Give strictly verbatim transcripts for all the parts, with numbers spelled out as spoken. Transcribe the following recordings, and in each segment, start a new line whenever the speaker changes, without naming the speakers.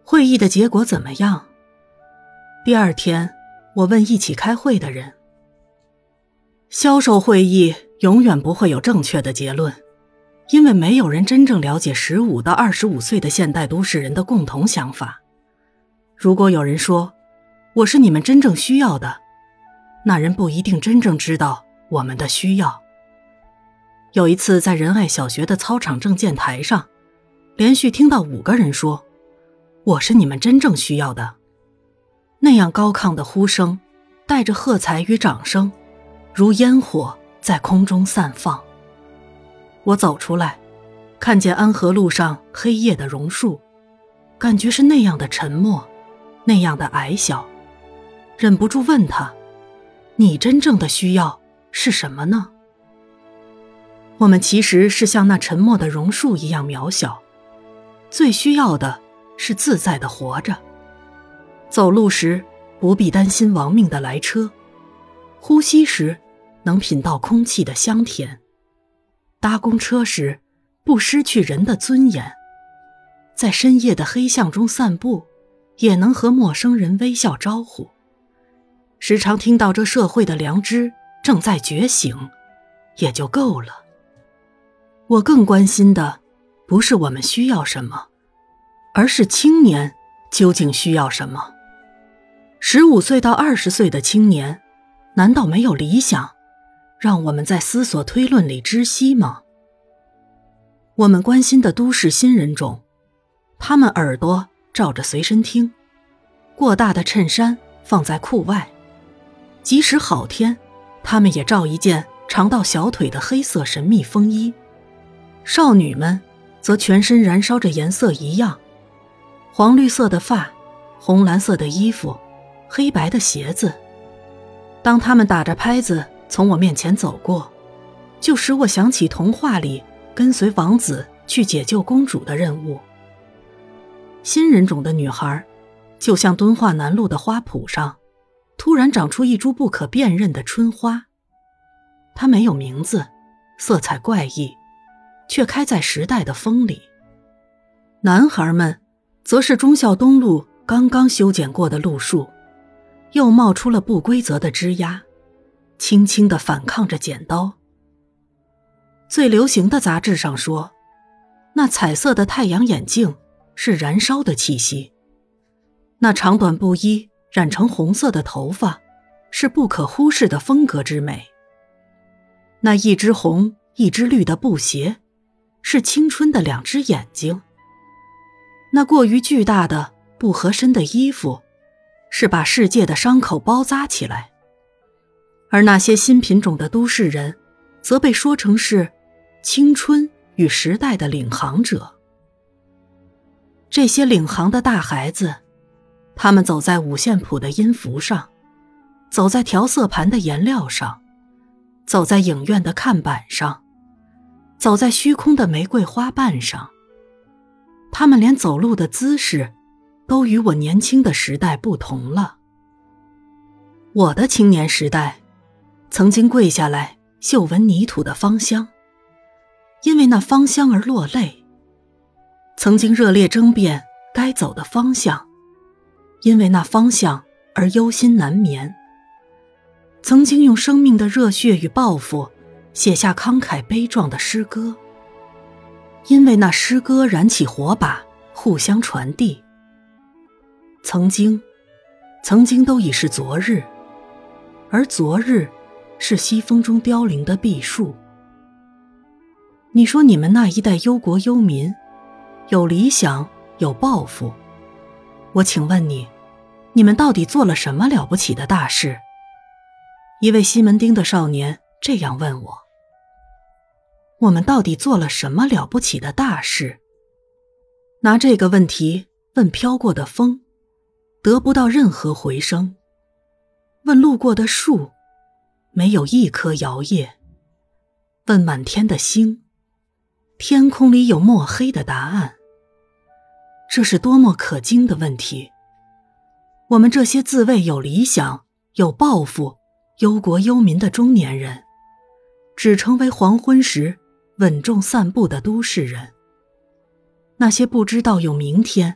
会议的结果怎么样？第二天，我问一起开会的人。销售会议永远不会有正确的结论，因为没有人真正了解十五到二十五岁的现代都市人的共同想法。如果有人说，我是你们真正需要的，那人不一定真正知道我们的需要。有一次在仁爱小学的操场正见台上，连续听到五个人说，我是你们真正需要的。那样高亢的呼声，带着喝彩与掌声，如烟火在空中散放。我走出来，看见安和路上黑夜的榕树，感觉是那样的沉默，那样的矮小，忍不住问他，你真正的需要是什么呢？我们其实是像那沉默的榕树一样渺小，最需要的是自在地活着。走路时不必担心亡命的来车，呼吸时能品到空气的香甜，搭公车时不失去人的尊严，在深夜的黑巷中散步，也能和陌生人微笑招呼。时常听到这社会的良知正在觉醒，也就够了。我更关心的不是我们需要什么，而是青年究竟需要什么。十五岁到二十岁的青年，难道没有理想，让我们在思索推论里知悉吗？我们关心的都市新人种，他们耳朵罩着随身听，过大的衬衫放在裤外，即使好天，他们也罩一件长到小腿的黑色神秘风衣。少女们则全身燃烧着颜色一样，黄绿色的发，红蓝色的衣服，黑白的鞋子。当他们打着拍子从我面前走过，就使我想起童话里跟随王子去解救公主的任务。新人种的女孩，就像敦化南路的花圃上突然长出一株不可辨认的春花，它没有名字，色彩怪异，却开在时代的风里。男孩们则是忠孝东路刚刚修剪过的路树，又冒出了不规则的枝桠，轻轻地反抗着剪刀。最流行的杂志上说，那彩色的太阳眼镜是燃烧的气息，那长短不一染成红色的头发是不可忽视的风格之美，那一只红一只绿的布鞋是青春的两只眼睛，那过于巨大的不合身的衣服是把世界的伤口包扎起来，而那些新品种的都市人则被说成是青春与时代的领航者。这些领航的大孩子，他们走在五线谱的音符上，走在调色盘的颜料上，走在影院的看板上，走在虚空的玫瑰花瓣上。他们连走路的姿势都与我年轻的时代不同了。我的青年时代曾经跪下来嗅闻泥土的芳香，因为那芳香而落泪，曾经热烈争辩该走的方向，因为那方向而忧心难眠，曾经用生命的热血与抱负写下慷慨悲壮的诗歌，因为那诗歌燃起火把，互相传递。曾经，曾经都已是昨日，而昨日是西风中凋零的碧树。你说你们那一代忧国忧民，有理想，有抱负，我请问你，你们到底做了什么了不起的大事？一位西门町的少年这样问我。我们到底做了什么了不起的大事？拿这个问题问飘过的风，得不到任何回声；问路过的树，没有一棵摇曳；问满天的星，天空里有墨黑的答案。这是多么可惊的问题！我们这些自谓有理想、有抱负、忧国忧民的中年人，只成为黄昏时稳重散步的都市人。那些不知道有明天、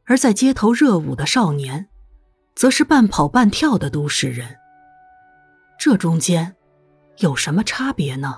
而在街头热舞的少年，则是半跑半跳的都市人。这中间有什么差别呢？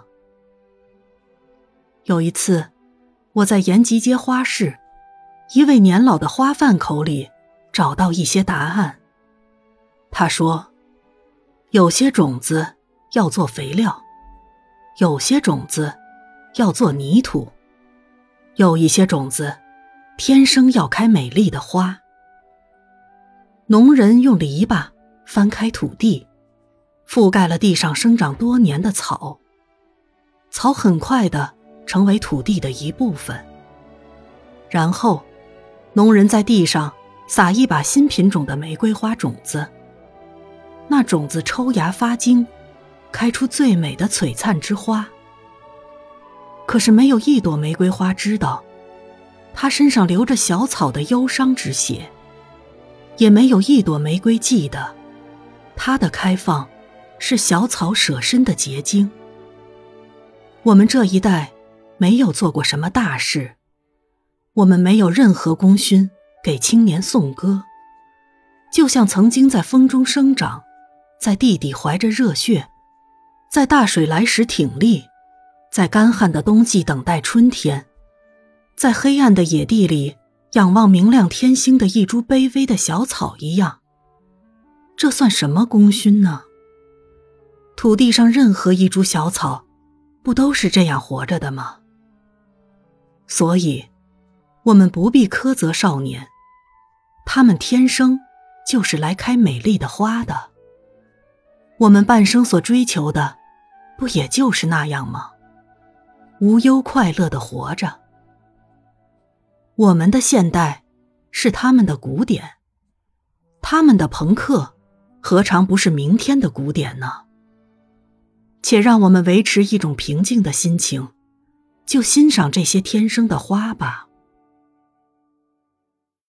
有一次，我在延吉街花市一位年老的花贩口里找到一些答案。他说，有些种子要做肥料，有些种子要做泥土，有一些种子天生要开美丽的花。农人用篱笆翻开土地，覆盖了地上生长多年的草，草很快地成为土地的一部分。然后农人在地上撒一把新品种的玫瑰花种子，那种子抽芽发茎，开出最美的璀璨之花。可是没有一朵玫瑰花知道，它身上流着小草的忧伤之血，也没有一朵玫瑰记得，它的开放是小草舍身的结晶。我们这一代没有做过什么大事，我们没有任何功勋给青年颂歌，就像曾经在风中生长，在地底怀着热血，在大水来时挺立，在干旱的冬季等待春天，在黑暗的野地里仰望明亮天星的一株卑微的小草一样。这算什么功勋呢？土地上任何一株小草不都是这样活着的吗？所以我们不必苛责少年，他们天生就是来开美丽的花的。我们半生所追求的不也就是那样吗？无忧快乐地活着。我们的现代是他们的古典，他们的朋克何尝不是明天的古典呢？且让我们维持一种平静的心情，就欣赏这些天生的花吧。